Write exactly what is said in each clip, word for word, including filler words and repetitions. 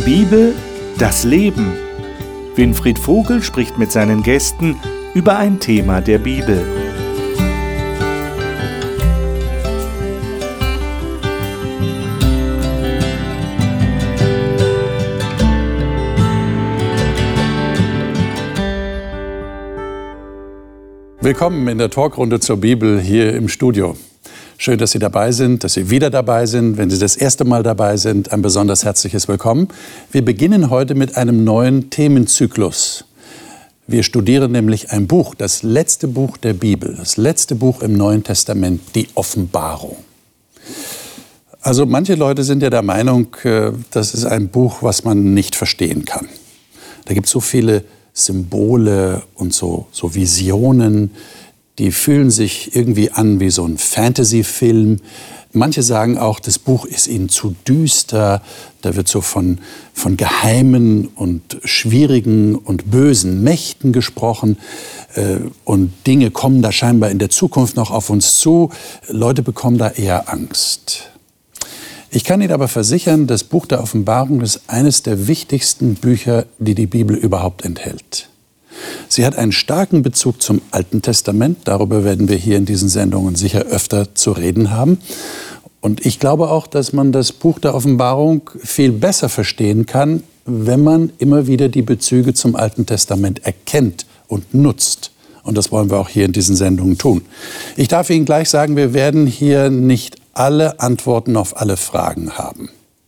Bibel, das Leben. Winfried Vogel spricht mit seinen Gästen über ein Thema der Bibel. Willkommen in der Talkrunde zur Bibel hier im Studio. Schön, dass Sie dabei sind, dass Sie wieder dabei sind. Wenn Sie das erste Mal dabei sind, ein besonders herzliches Willkommen. Wir beginnen heute mit einem neuen Themenzyklus. Wir studieren nämlich ein Buch, das letzte Buch der Bibel, das letzte Buch im Neuen Testament, die Offenbarung. Also manche Leute sind ja der Meinung, das ist ein Buch, was man nicht verstehen kann. Da gibt es so viele Symbole und so, so Visionen, die fühlen sich irgendwie an wie so ein Fantasy-Film. Manche sagen auch, das Buch ist ihnen zu düster. Da wird so von, von geheimen und schwierigen und bösen Mächten gesprochen. Und Dinge kommen da scheinbar in der Zukunft noch auf uns zu. Leute bekommen da eher Angst. Ich kann Ihnen aber versichern, das Buch der Offenbarung ist eines der wichtigsten Bücher, die die Bibel überhaupt enthält. Sie hat einen starken Bezug zum Alten Testament. Darüber werden wir hier in diesen Sendungen sicher öfter zu reden haben. Und ich glaube auch, dass man das Buch der Offenbarung viel besser verstehen kann, wenn man immer wieder die Bezüge zum Alten Testament erkennt und nutzt. Und das wollen wir auch hier in diesen Sendungen tun. Ich darf Ihnen gleich sagen, wir werden hier nicht alle Antworten auf alle Fragen haben.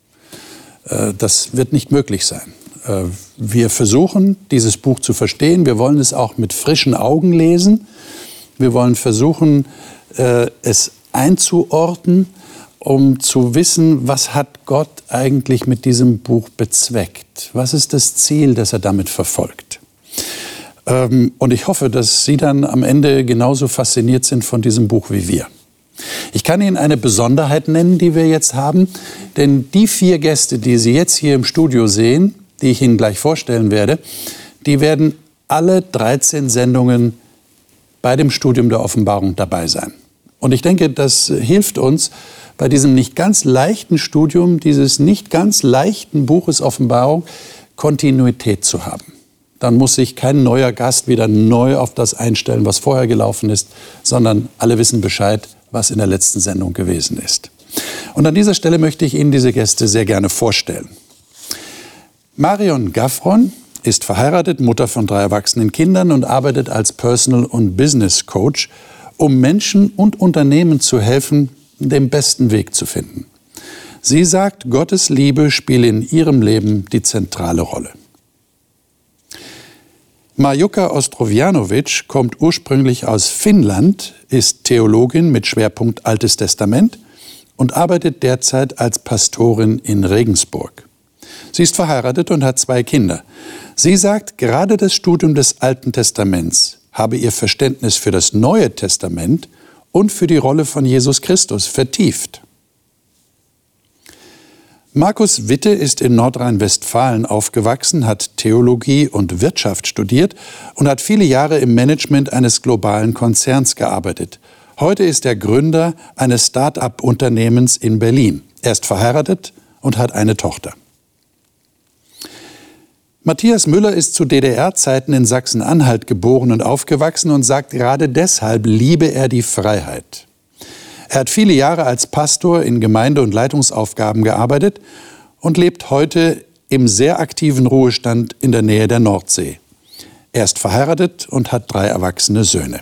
Das wird nicht möglich sein. Wir versuchen, dieses Buch zu verstehen. Wir wollen es auch mit frischen Augen lesen. Wir wollen versuchen, es einzuordnen, um zu wissen, was hat Gott eigentlich mit diesem Buch bezweckt? Was ist das Ziel, das er damit verfolgt? Und ich hoffe, dass Sie dann am Ende genauso fasziniert sind von diesem Buch wie wir. Ich kann Ihnen eine Besonderheit nennen, die wir jetzt haben, denn die vier Gäste, die Sie jetzt hier im Studio sehen, die ich Ihnen gleich vorstellen werde, die werden alle dreizehn Sendungen bei dem Studium der Offenbarung dabei sein. Und ich denke, das hilft uns bei diesem nicht ganz leichten Studium, dieses nicht ganz leichten Buches Offenbarung, Kontinuität zu haben. Dann muss sich kein neuer Gast wieder neu auf das einstellen, was vorher gelaufen ist, sondern alle wissen Bescheid, was in der letzten Sendung gewesen ist. Und an dieser Stelle möchte ich Ihnen diese Gäste sehr gerne vorstellen. Marion Gaffron ist verheiratet, Mutter von drei erwachsenen Kindern und arbeitet als Personal- und Business Coach, um Menschen und Unternehmen zu helfen, den besten Weg zu finden. Sie sagt, Gottes Liebe spiele in ihrem Leben die zentrale Rolle. Marjuka Ostrovjanovic kommt ursprünglich aus Finnland, ist Theologin mit Schwerpunkt Altes Testament und arbeitet derzeit als Pastorin in Regensburg. Sie ist verheiratet und hat zwei Kinder. Sie sagt, gerade das Studium des Alten Testaments habe ihr Verständnis für das Neue Testament und für die Rolle von Jesus Christus vertieft. Markus Witte ist in Nordrhein-Westfalen aufgewachsen, hat Theologie und Wirtschaft studiert und hat viele Jahre im Management eines globalen Konzerns gearbeitet. Heute ist er Gründer eines Start-up-Unternehmens in Berlin. Er ist verheiratet und hat eine Tochter. Matthias Müller ist zu D D R-Zeiten in Sachsen-Anhalt geboren und aufgewachsen und sagt, gerade deshalb liebe er die Freiheit. Er hat viele Jahre als Pastor in Gemeinde- und Leitungsaufgaben gearbeitet und lebt heute im sehr aktiven Ruhestand in der Nähe der Nordsee. Er ist verheiratet und hat drei erwachsene Söhne.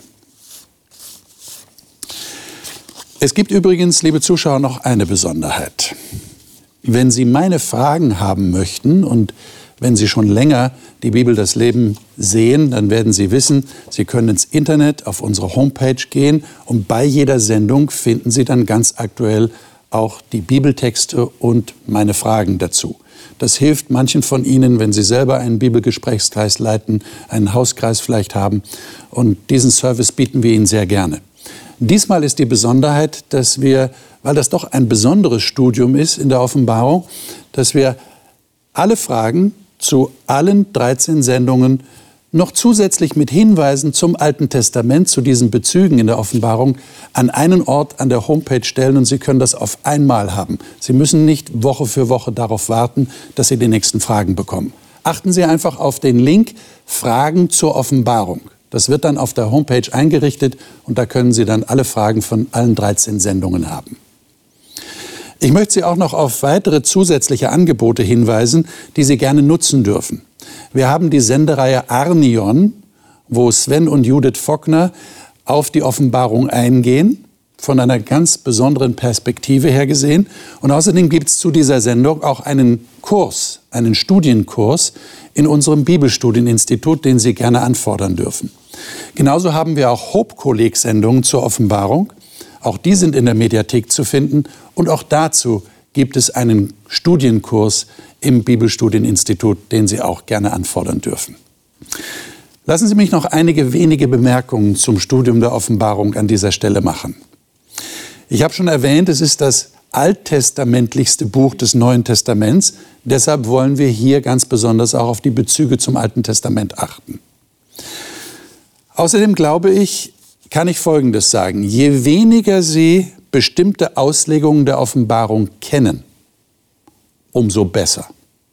Es gibt übrigens, liebe Zuschauer, noch eine Besonderheit. Wenn Sie meine Fragen haben möchten und wenn Sie schon länger die Bibel das Leben sehen, dann werden Sie wissen, Sie können ins Internet auf unsere Homepage gehen und bei jeder Sendung finden Sie dann ganz aktuell auch die Bibeltexte und meine Fragen dazu. Das hilft manchen von Ihnen, wenn Sie selber einen Bibelgesprächskreis leiten, einen Hauskreis vielleicht haben. Und diesen Service bieten wir Ihnen sehr gerne. Diesmal ist die Besonderheit, dass wir, weil das doch ein besonderes Studium ist in der Offenbarung, dass wir alle Fragen zu allen dreizehn Sendungen noch zusätzlich mit Hinweisen zum Alten Testament, zu diesen Bezügen in der Offenbarung, an einen Ort an der Homepage stellen und Sie können das auf einmal haben. Sie müssen nicht Woche für Woche darauf warten, dass Sie die nächsten Fragen bekommen. Achten Sie einfach auf den Link Fragen zur Offenbarung. Das wird dann auf der Homepage eingerichtet und da können Sie dann alle Fragen von allen dreizehn Sendungen haben. Ich möchte Sie auch noch auf weitere zusätzliche Angebote hinweisen, die Sie gerne nutzen dürfen. Wir haben die Sendereihe Arnion, wo Sven und Judith Fockner auf die Offenbarung eingehen, von einer ganz besonderen Perspektive her gesehen. Und außerdem gibt es zu dieser Sendung auch einen Kurs, einen Studienkurs in unserem Bibelstudieninstitut, den Sie gerne anfordern dürfen. Genauso haben wir auch Hope-Kolleg-Sendungen zur Offenbarung. Auch die sind in der Mediathek zu finden. Und auch dazu gibt es einen Studienkurs im Bibelstudieninstitut, den Sie auch gerne anfordern dürfen. Lassen Sie mich noch einige wenige Bemerkungen zum Studium der Offenbarung an dieser Stelle machen. Ich habe schon erwähnt, es ist das alttestamentlichste Buch des Neuen Testaments. Deshalb wollen wir hier ganz besonders auch auf die Bezüge zum Alten Testament achten. Außerdem glaube ich, kann ich Folgendes sagen. Je weniger Sie bestimmte Auslegungen der Offenbarung kennen, umso besser.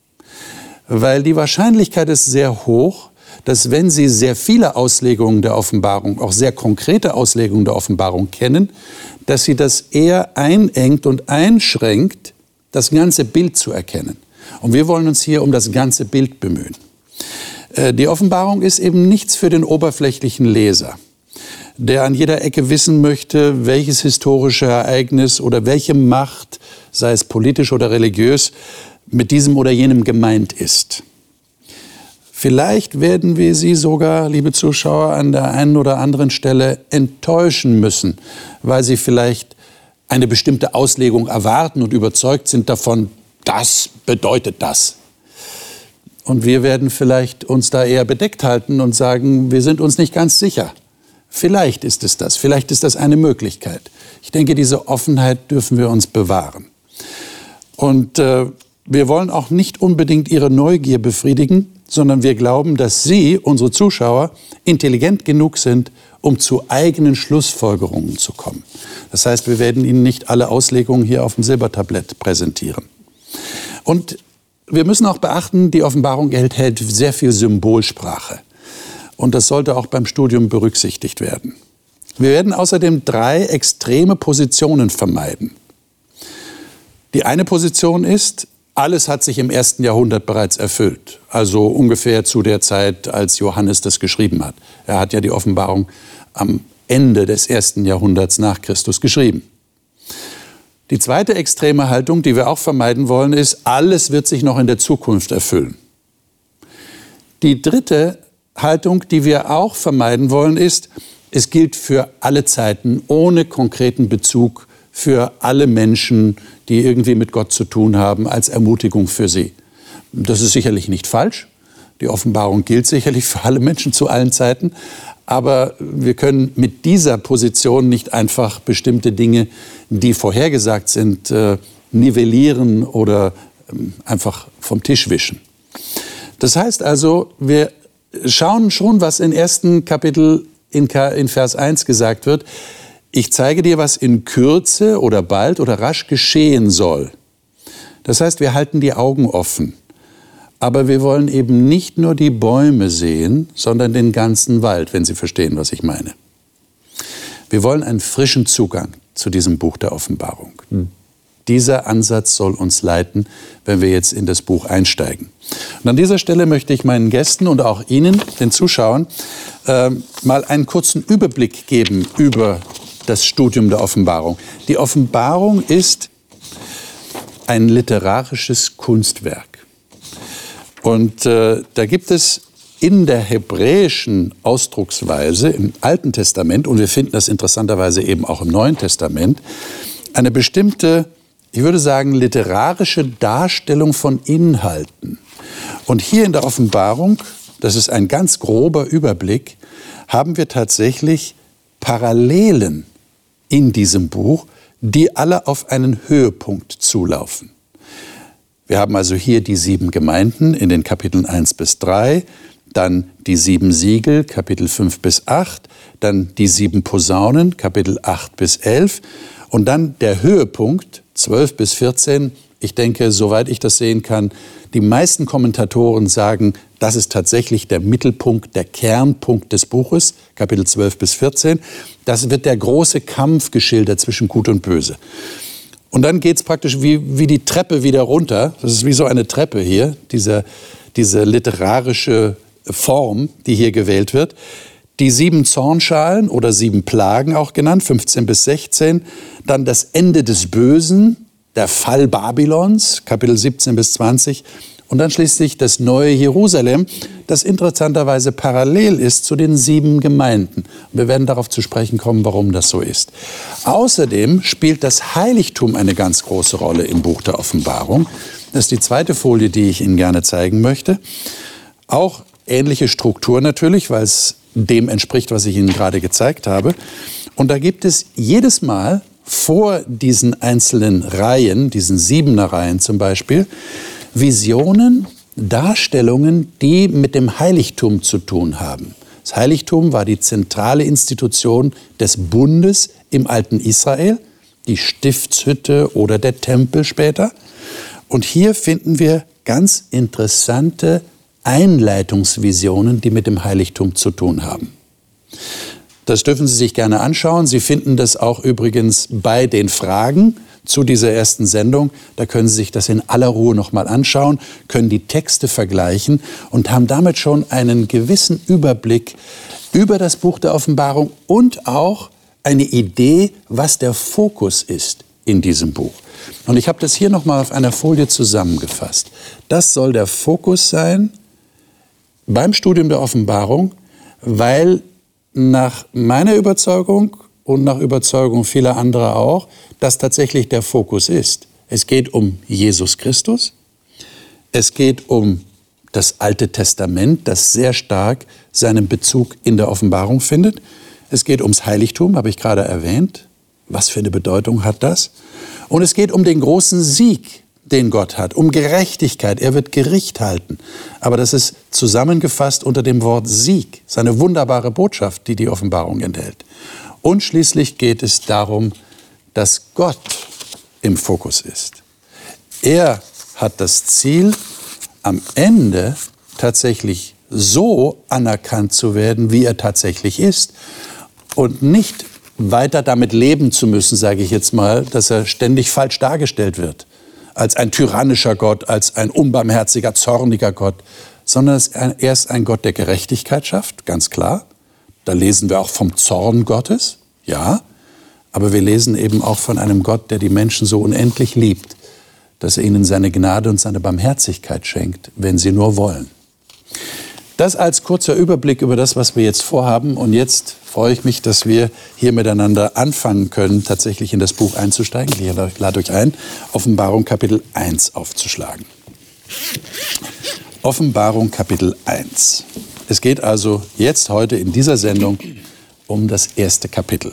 Weil die Wahrscheinlichkeit ist sehr hoch, dass wenn Sie sehr viele Auslegungen der Offenbarung, auch sehr konkrete Auslegungen der Offenbarung kennen, dass Sie das eher einengt und einschränkt, das ganze Bild zu erkennen. Und wir wollen uns hier um das ganze Bild bemühen. Die Offenbarung ist eben nichts für den oberflächlichen Leser, der an jeder Ecke wissen möchte, welches historische Ereignis oder welche Macht, sei es politisch oder religiös, mit diesem oder jenem gemeint ist. Vielleicht werden wir Sie sogar, liebe Zuschauer, an der einen oder anderen Stelle enttäuschen müssen, weil Sie vielleicht eine bestimmte Auslegung erwarten und überzeugt sind davon, das bedeutet das. Und wir werden vielleicht uns da eher bedeckt halten und sagen, wir sind uns nicht ganz sicher. Vielleicht ist es das, vielleicht ist das eine Möglichkeit. Ich denke, diese Offenheit dürfen wir uns bewahren. Und äh, wir wollen auch nicht unbedingt Ihre Neugier befriedigen, sondern wir glauben, dass Sie, unsere Zuschauer, intelligent genug sind, um zu eigenen Schlussfolgerungen zu kommen. Das heißt, wir werden Ihnen nicht alle Auslegungen hier auf dem Silbertablett präsentieren. Und wir müssen auch beachten, die Offenbarung enthält sehr viel Symbolsprache. Und das sollte auch beim Studium berücksichtigt werden. Wir werden außerdem drei extreme Positionen vermeiden. Die eine Position ist, alles hat sich im ersten Jahrhundert bereits erfüllt. Also ungefähr zu der Zeit, als Johannes das geschrieben hat. Er hat ja die Offenbarung am Ende des ersten Jahrhunderts nach Christus geschrieben. Die zweite extreme Haltung, die wir auch vermeiden wollen, ist, alles wird sich noch in der Zukunft erfüllen. Die dritte Haltung, die wir auch vermeiden wollen, ist, es gilt für alle Zeiten ohne konkreten Bezug für alle Menschen, die irgendwie mit Gott zu tun haben, als Ermutigung für sie. Das ist sicherlich nicht falsch. Die Offenbarung gilt sicherlich für alle Menschen zu allen Zeiten. Aber wir können mit dieser Position nicht einfach bestimmte Dinge, die vorhergesagt sind, äh, nivellieren oder ähm, einfach vom Tisch wischen. Das heißt also, wir schauen schon, was im ersten Kapitel in, in Vers eins gesagt wird. Ich zeige dir, was in Kürze oder bald oder rasch geschehen soll. Das heißt, wir halten die Augen offen. Aber wir wollen eben nicht nur die Bäume sehen, sondern den ganzen Wald, wenn Sie verstehen, was ich meine. Wir wollen einen frischen Zugang zu diesem Buch der Offenbarung. Hm. Dieser Ansatz soll uns leiten, wenn wir jetzt in das Buch einsteigen. Und an dieser Stelle möchte ich meinen Gästen und auch Ihnen, den Zuschauern, äh, mal einen kurzen Überblick geben über das Studium der Offenbarung. Die Offenbarung ist ein literarisches Kunstwerk. Und äh, da gibt es in der hebräischen Ausdrucksweise im Alten Testament, und wir finden das interessanterweise eben auch im Neuen Testament, eine bestimmte, ich würde sagen, literarische Darstellung von Inhalten. Und hier in der Offenbarung, das ist ein ganz grober Überblick, haben wir tatsächlich Parallelen in diesem Buch, die alle auf einen Höhepunkt zulaufen. Wir haben also hier die sieben Gemeinden in den Kapiteln eins bis drei, dann die sieben Siegel, Kapitel fünf bis acht, dann die sieben Posaunen, Kapitel acht bis elf und dann der Höhepunkt, zwölf bis vierzehn. Ich denke, soweit ich das sehen kann, die meisten Kommentatoren sagen, das ist tatsächlich der Mittelpunkt, der Kernpunkt des Buches, Kapitel zwölf bis vierzehn. Das wird der große Kampf geschildert zwischen Gut und Böse. Und dann geht es praktisch wie, wie die Treppe wieder runter. Das ist wie so eine Treppe hier, diese, diese literarische Form, die hier gewählt wird. Die sieben Zornschalen oder sieben Plagen auch genannt, fünfzehn bis sechzehn. Dann das Ende des Bösen, der Fall Babylons, Kapitel siebzehn bis zwanzig. Und dann schließlich das neue Jerusalem, das interessanterweise parallel ist zu den sieben Gemeinden. Wir werden darauf zu sprechen kommen, warum das so ist. Außerdem spielt das Heiligtum eine ganz große Rolle im Buch der Offenbarung. Das ist die zweite Folie, die ich Ihnen gerne zeigen möchte. Auch ähnliche Struktur natürlich, weil es dem entspricht, was ich Ihnen gerade gezeigt habe. Und da gibt es jedes Mal vor diesen einzelnen Reihen, diesen siebener Reihen zum Beispiel, Visionen, Darstellungen, die mit dem Heiligtum zu tun haben. Das Heiligtum war die zentrale Institution des Bundes im alten Israel, die Stiftshütte oder der Tempel später. Und hier finden wir ganz interessante Einleitungsvisionen, die mit dem Heiligtum zu tun haben. Das dürfen Sie sich gerne anschauen. Sie finden das auch übrigens bei den Fragen zu dieser ersten Sendung. Da können Sie sich das in aller Ruhe noch mal anschauen, können die Texte vergleichen und haben damit schon einen gewissen Überblick über das Buch der Offenbarung und auch eine Idee, was der Fokus ist in diesem Buch. Und ich habe das hier noch mal auf einer Folie zusammengefasst. Das soll der Fokus sein beim Studium der Offenbarung, weil nach meiner Überzeugung und nach Überzeugung vieler anderer auch, das tatsächlich der Fokus ist. Es geht um Jesus Christus, es geht um das Alte Testament, das sehr stark seinen Bezug in der Offenbarung findet. Es geht ums Heiligtum, habe ich gerade erwähnt. Was für eine Bedeutung hat das? Und es geht um den großen Sieg, den Gott hat, um Gerechtigkeit. Er wird Gericht halten. Aber das ist zusammengefasst unter dem Wort Sieg. Das ist eine wunderbare Botschaft, die die Offenbarung enthält. Und schließlich geht es darum, dass Gott im Fokus ist. Er hat das Ziel, am Ende tatsächlich so anerkannt zu werden, wie er tatsächlich ist. Und nicht weiter damit leben zu müssen, sage ich jetzt mal, dass er ständig falsch dargestellt wird. Als ein tyrannischer Gott, als ein unbarmherziger, zorniger Gott. Sondern er ist ein Gott, der Gerechtigkeit schafft, ganz klar. Da lesen wir auch vom Zorn Gottes, ja. Aber wir lesen eben auch von einem Gott, der die Menschen so unendlich liebt, dass er ihnen seine Gnade und seine Barmherzigkeit schenkt, wenn sie nur wollen. Das als kurzer Überblick über das, was wir jetzt vorhaben. Und jetzt freue ich mich, dass wir hier miteinander anfangen können, tatsächlich in das Buch einzusteigen. Ich lade euch ein, Offenbarung Kapitel eins aufzuschlagen. Offenbarung Kapitel eins. Es geht also jetzt heute in dieser Sendung um das erste Kapitel.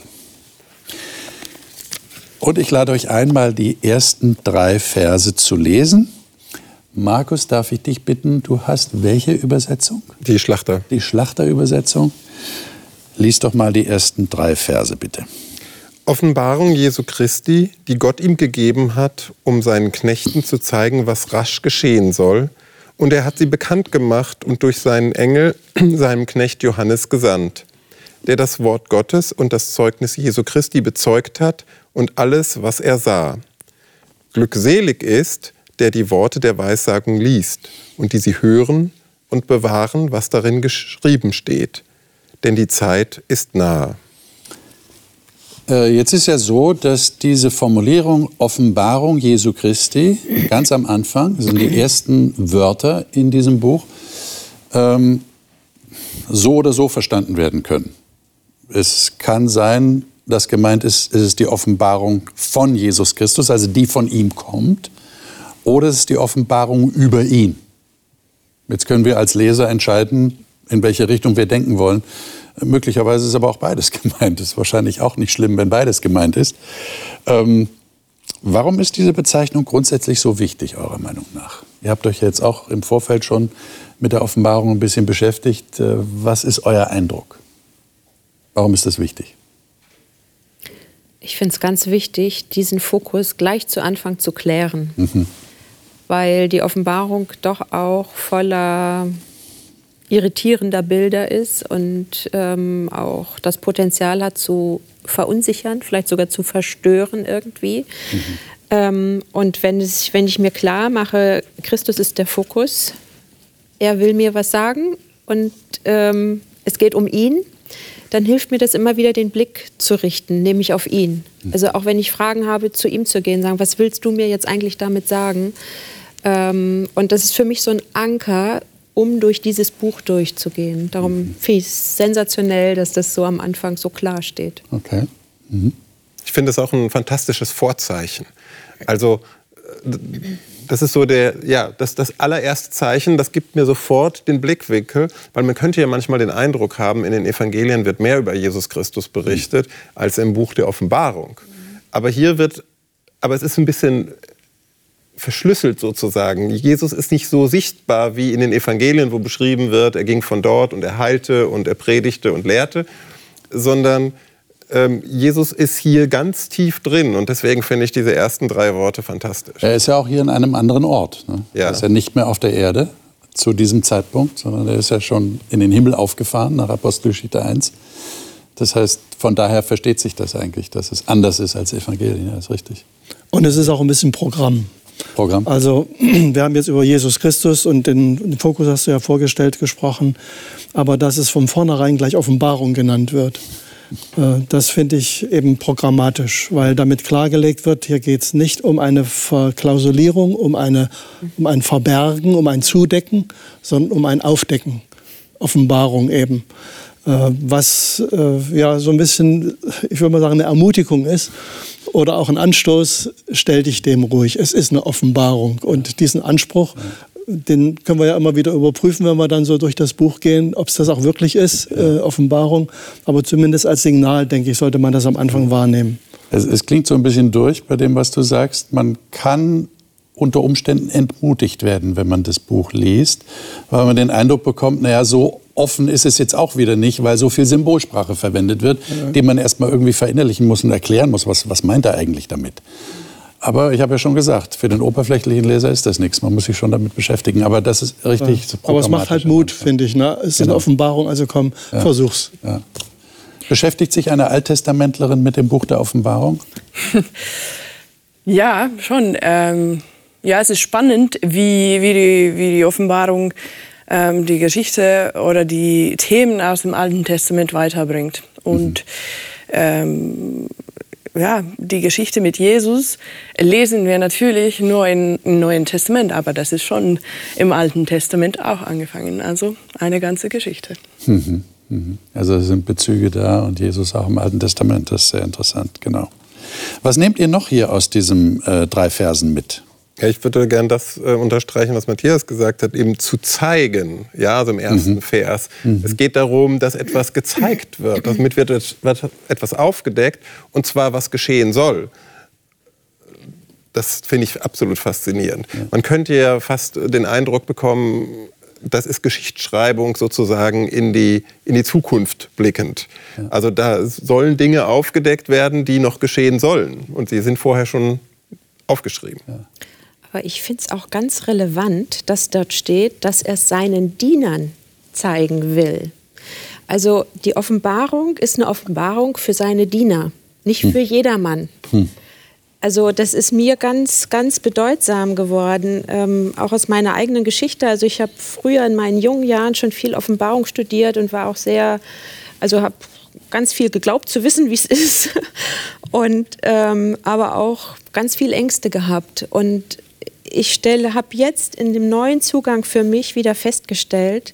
Und ich lade euch ein, mal die ersten drei Verse zu lesen. Markus, darf ich dich bitten, du hast welche Übersetzung? Die Schlachter. Die Schlachterübersetzung. Lies doch mal die ersten drei Verse, bitte. Offenbarung Jesu Christi, die Gott ihm gegeben hat, um seinen Knechten zu zeigen, was rasch geschehen soll. Und er hat sie bekannt gemacht und durch seinen Engel, seinem Knecht Johannes, gesandt, der das Wort Gottes und das Zeugnis Jesu Christi bezeugt hat und alles, was er sah. Glückselig ist, der die Worte der Weissagung liest und die sie hören und bewahren, was darin geschrieben steht. Denn die Zeit ist nahe. Jetzt ist ja so, dass diese Formulierung Offenbarung Jesu Christi ganz am Anfang, das sind die ersten Wörter in diesem Buch, ähm, so oder so verstanden werden können. Es kann sein, dass gemeint ist, es ist die Offenbarung von Jesus Christus, also die von ihm kommt, oder es ist die Offenbarung über ihn. Jetzt können wir als Leser entscheiden, in welche Richtung wir denken wollen. Möglicherweise ist aber auch beides gemeint. Es ist wahrscheinlich auch nicht schlimm, wenn beides gemeint ist. Ähm, Warum ist diese Bezeichnung grundsätzlich so wichtig, eurer Meinung nach? Ihr habt euch jetzt auch im Vorfeld schon mit der Offenbarung ein bisschen beschäftigt. Was ist euer Eindruck? Warum ist das wichtig? Ich finde es ganz wichtig, diesen Fokus gleich zu Anfang zu klären. Mhm. Weil die Offenbarung doch auch voller irritierender Bilder ist und ähm, auch das Potenzial hat zu verunsichern, vielleicht sogar zu verstören irgendwie. Mhm. Ähm, und wenn, es, wenn ich mir klar mache, Christus ist der Fokus, er will mir was sagen und ähm, es geht um ihn, dann hilft mir das immer wieder, den Blick zu richten, nämlich auf ihn. Mhm. Also auch wenn ich Fragen habe, zu ihm zu gehen, sagen, was willst du mir jetzt eigentlich damit sagen? Ähm, und das ist für mich so ein Anker, um durch dieses Buch durchzugehen. Darum finde ich es sensationell, dass das so am Anfang so klar steht. Okay. Mhm. Ich finde es auch ein fantastisches Vorzeichen. Also das ist so der, ja, das, das allererste Zeichen, das gibt mir sofort den Blickwinkel, weil man könnte ja manchmal den Eindruck haben, in den Evangelien wird mehr über Jesus Christus berichtet, als im Buch der Offenbarung. Aber hier wird, aber es ist ein bisschen verschlüsselt sozusagen. Jesus ist nicht so sichtbar wie in den Evangelien, wo beschrieben wird, er ging von dort und er heilte und er predigte und lehrte, sondern ähm, Jesus ist hier ganz tief drin und deswegen finde ich diese ersten drei Worte fantastisch. Er ist ja auch hier in einem anderen Ort. Ne? Ja. Er ist ja nicht mehr auf der Erde zu diesem Zeitpunkt, sondern er ist ja schon in den Himmel aufgefahren nach Apostelgeschichte eins. Das heißt, von daher versteht sich das eigentlich, dass es anders ist als Evangelien. Ja, ist richtig. Und es ist auch ein bisschen Programm. Programm. Also wir haben jetzt über Jesus Christus und den, den Fokus hast du ja vorgestellt gesprochen, aber dass es von vornherein gleich Offenbarung genannt wird, äh, das finde ich eben programmatisch, weil damit klargelegt wird, hier geht es nicht um eine Verklausulierung, um, eine, um ein Verbergen, um ein Zudecken, sondern um ein Aufdecken, Offenbarung eben. Äh, was äh, ja so ein bisschen, ich würde mal sagen, eine Ermutigung ist, oder auch ein Anstoß, stell dich dem ruhig. Es ist eine Offenbarung. Und diesen Anspruch, den können wir ja immer wieder überprüfen, wenn wir dann so durch das Buch gehen, ob es das auch wirklich ist, äh, Offenbarung. Aber zumindest als Signal, denke ich, sollte man das am Anfang wahrnehmen. Es, es klingt so ein bisschen durch bei dem, was du sagst. Man kann unter Umständen entmutigt werden, wenn man das Buch liest, weil man den Eindruck bekommt, naja, so offen ist es jetzt auch wieder nicht, weil so viel Symbolsprache verwendet wird, ja, die man erst mal irgendwie verinnerlichen muss und erklären muss, was, was meint er eigentlich damit. Aber ich habe ja schon gesagt, für den oberflächlichen Leser ist das nichts. Man muss sich schon damit beschäftigen. Aber das ist richtig. Ja. Aber es macht halt Mut, finde ich. Ne? Es ist genau. Eine Offenbarung, also komm, ja. versuch's. Ja. Beschäftigt sich eine Alttestamentlerin mit dem Buch der Offenbarung? Ja, schon. Ähm, ja, es ist spannend, wie, wie, die, wie die Offenbarung ähm, die Geschichte oder die Themen aus dem Alten Testament weiterbringt. Und mhm. ähm, ja, die Geschichte mit Jesus lesen wir natürlich nur im Neuen Testament, aber das ist schon im Alten Testament auch angefangen. Also eine ganze Geschichte. Mhm. Mhm. Also es sind Bezüge da und Jesus auch im Alten Testament. Das ist sehr interessant, genau. Was nehmt ihr noch hier aus diesen äh, drei Versen mit? Ja, ich würde gerne das äh, unterstreichen, was Matthias gesagt hat, eben zu zeigen, ja, also im ersten mhm. Vers. Mhm. Es geht darum, dass etwas gezeigt wird, damit wird etwas aufgedeckt, und zwar, was geschehen soll. Das finde ich absolut faszinierend. Ja. Man könnte ja fast den Eindruck bekommen, das ist Geschichtsschreibung sozusagen in die, in die Zukunft blickend. Ja. Also da sollen Dinge aufgedeckt werden, die noch geschehen sollen. Und sie sind vorher schon aufgeschrieben. Ja. Aber ich finde es auch ganz relevant, dass dort steht, dass er es seinen Dienern zeigen will. Also die Offenbarung ist eine Offenbarung für seine Diener, nicht hm. für jedermann. Hm. Also das ist mir ganz, ganz bedeutsam geworden, ähm, auch aus meiner eigenen Geschichte. Also ich habe früher in meinen jungen Jahren schon viel Offenbarung studiert und war auch sehr, also habe ganz viel geglaubt zu wissen, wie es ist. Und ähm, aber auch ganz viel Ängste gehabt. Und ich stelle, habe jetzt in dem neuen Zugang für mich wieder festgestellt,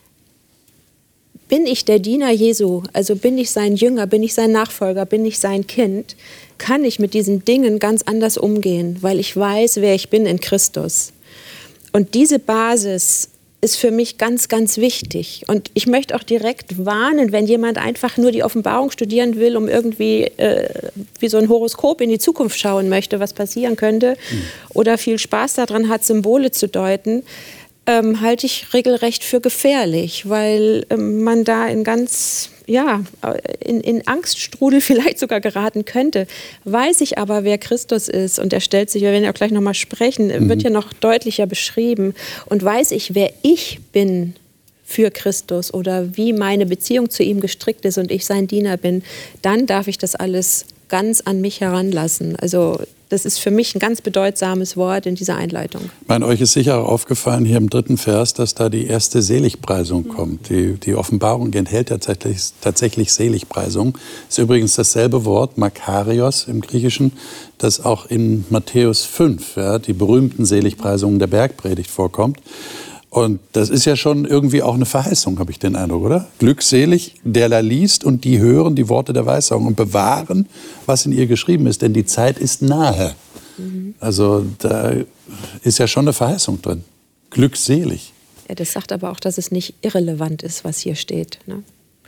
bin ich der Diener Jesu, also bin ich sein Jünger, bin ich sein Nachfolger, bin ich sein Kind, kann ich mit diesen Dingen ganz anders umgehen, weil ich weiß, wer ich bin in Christus. Und diese Basis ist für mich ganz, ganz wichtig. Und ich möchte auch direkt warnen, wenn jemand einfach nur die Offenbarung studieren will, um irgendwie äh, wie so ein Horoskop in die Zukunft schauen möchte, was passieren könnte, mhm. oder viel Spaß daran hat, Symbole zu deuten, ähm, halte ich regelrecht für gefährlich, weil ähm, man da in ganz, ja, in, in Angststrudel vielleicht sogar geraten könnte. Weiß ich aber, wer Christus ist, und er stellt sich, wir werden ja auch gleich noch mal sprechen, mhm. wird ja noch deutlicher beschrieben, und weiß ich, wer ich bin für Christus oder wie meine Beziehung zu ihm gestrickt ist und ich sein Diener bin, dann darf ich das alles ganz an mich heranlassen. Also das ist für mich ein ganz bedeutsames Wort in dieser Einleitung. Ich meine, euch ist sicher auch aufgefallen hier im dritten Vers, dass da die erste Seligpreisung kommt. Die, die Offenbarung enthält tatsächlich, tatsächlich Seligpreisung. Das ist übrigens dasselbe Wort, Makarios im Griechischen, das auch in Matthäus fünf, ja, die berühmten Seligpreisungen der Bergpredigt vorkommt. Und das ist ja schon irgendwie auch eine Verheißung, habe ich den Eindruck, oder? Glückselig, der da liest und die hören die Worte der Weissagung und bewahren, was in ihr geschrieben ist, denn die Zeit ist nahe. Mhm. Also da ist ja schon eine Verheißung drin. Glückselig. Ja, das sagt aber auch, dass es nicht irrelevant ist, was hier steht, ne?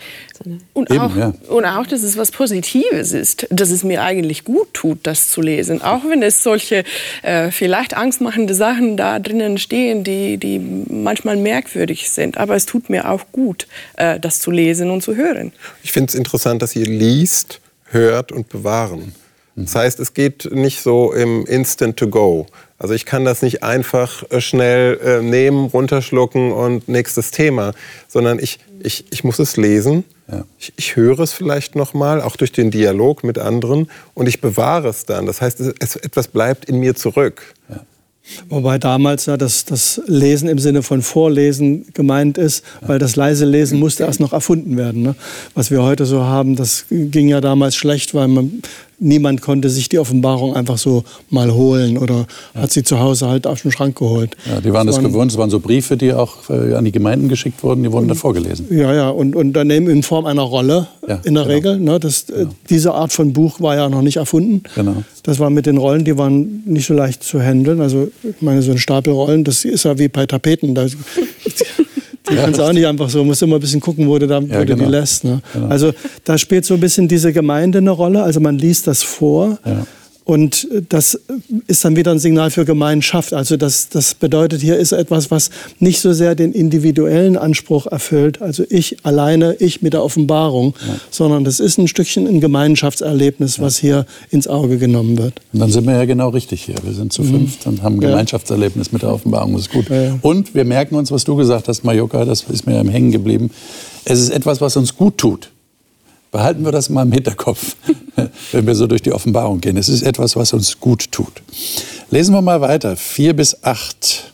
Und, Eben, auch, ja. und auch, dass es was Positives ist, dass es mir eigentlich gut tut, das zu lesen. Auch wenn es solche äh, vielleicht angstmachende Sachen da drinnen stehen, die, die manchmal merkwürdig sind. Aber es tut mir auch gut, äh, das zu lesen und zu hören. Ich finde es interessant, dass ihr liest, hört und bewahren. Das heißt, es geht nicht so im Instant to go. Also ich kann das nicht einfach schnell äh, nehmen, runterschlucken und nächstes Thema, sondern ich, ich, ich muss es lesen, ja. ich, ich höre es vielleicht noch mal, auch durch den Dialog mit anderen, und ich bewahre es dann. Das heißt, es, etwas bleibt in mir zurück. Ja. Wobei damals ja das, das Lesen im Sinne von Vorlesen gemeint ist, weil das leise Lesen musste erst noch erfunden werden. Ne? Was wir heute so haben, das ging ja damals schlecht, weil man, niemand konnte sich die Offenbarung einfach so mal holen oder ja. hat sie zu Hause halt aus dem Schrank geholt. Ja, die waren das, das waren, gewohnt, es waren so Briefe, die auch äh, an die Gemeinden geschickt wurden, die wurden dann vorgelesen. Ja, ja, und, und dann eben in Form einer Rolle ja, in der genau. Regel. Ne? Das, genau. Diese Art von Buch war ja noch nicht erfunden. Genau. Das war mit den Rollen, die waren nicht so leicht zu handeln. Also ich meine, so ein Stapel Rollen, das ist ja wie bei Tapeten. Da, die kannst du auch nicht einfach so, du musst immer ein bisschen gucken, wo du, da, ja, wo genau. du die lässt. Ne? Genau. Also da spielt so ein bisschen diese Gemeinde eine Rolle. Also man liest das vor. Ja. Und das ist dann wieder ein Signal für Gemeinschaft. Also das, das bedeutet, hier ist etwas, was nicht so sehr den individuellen Anspruch erfüllt, also ich alleine, ich mit der Offenbarung, ja. sondern das ist ein Stückchen ein Gemeinschaftserlebnis, ja. was hier ins Auge genommen wird. Und dann sind wir ja genau richtig hier. Wir sind zu fünft und haben ein Gemeinschaftserlebnis mit der Offenbarung. Das ist gut. Ja, ja. Und wir merken uns, was du gesagt hast, Majoka, das ist mir im Hängen geblieben. Es ist etwas, was uns gut tut. Behalten wir das mal im Hinterkopf, wenn wir so durch die Offenbarung gehen. Es ist etwas, was uns gut tut. Lesen wir mal weiter, vier bis acht.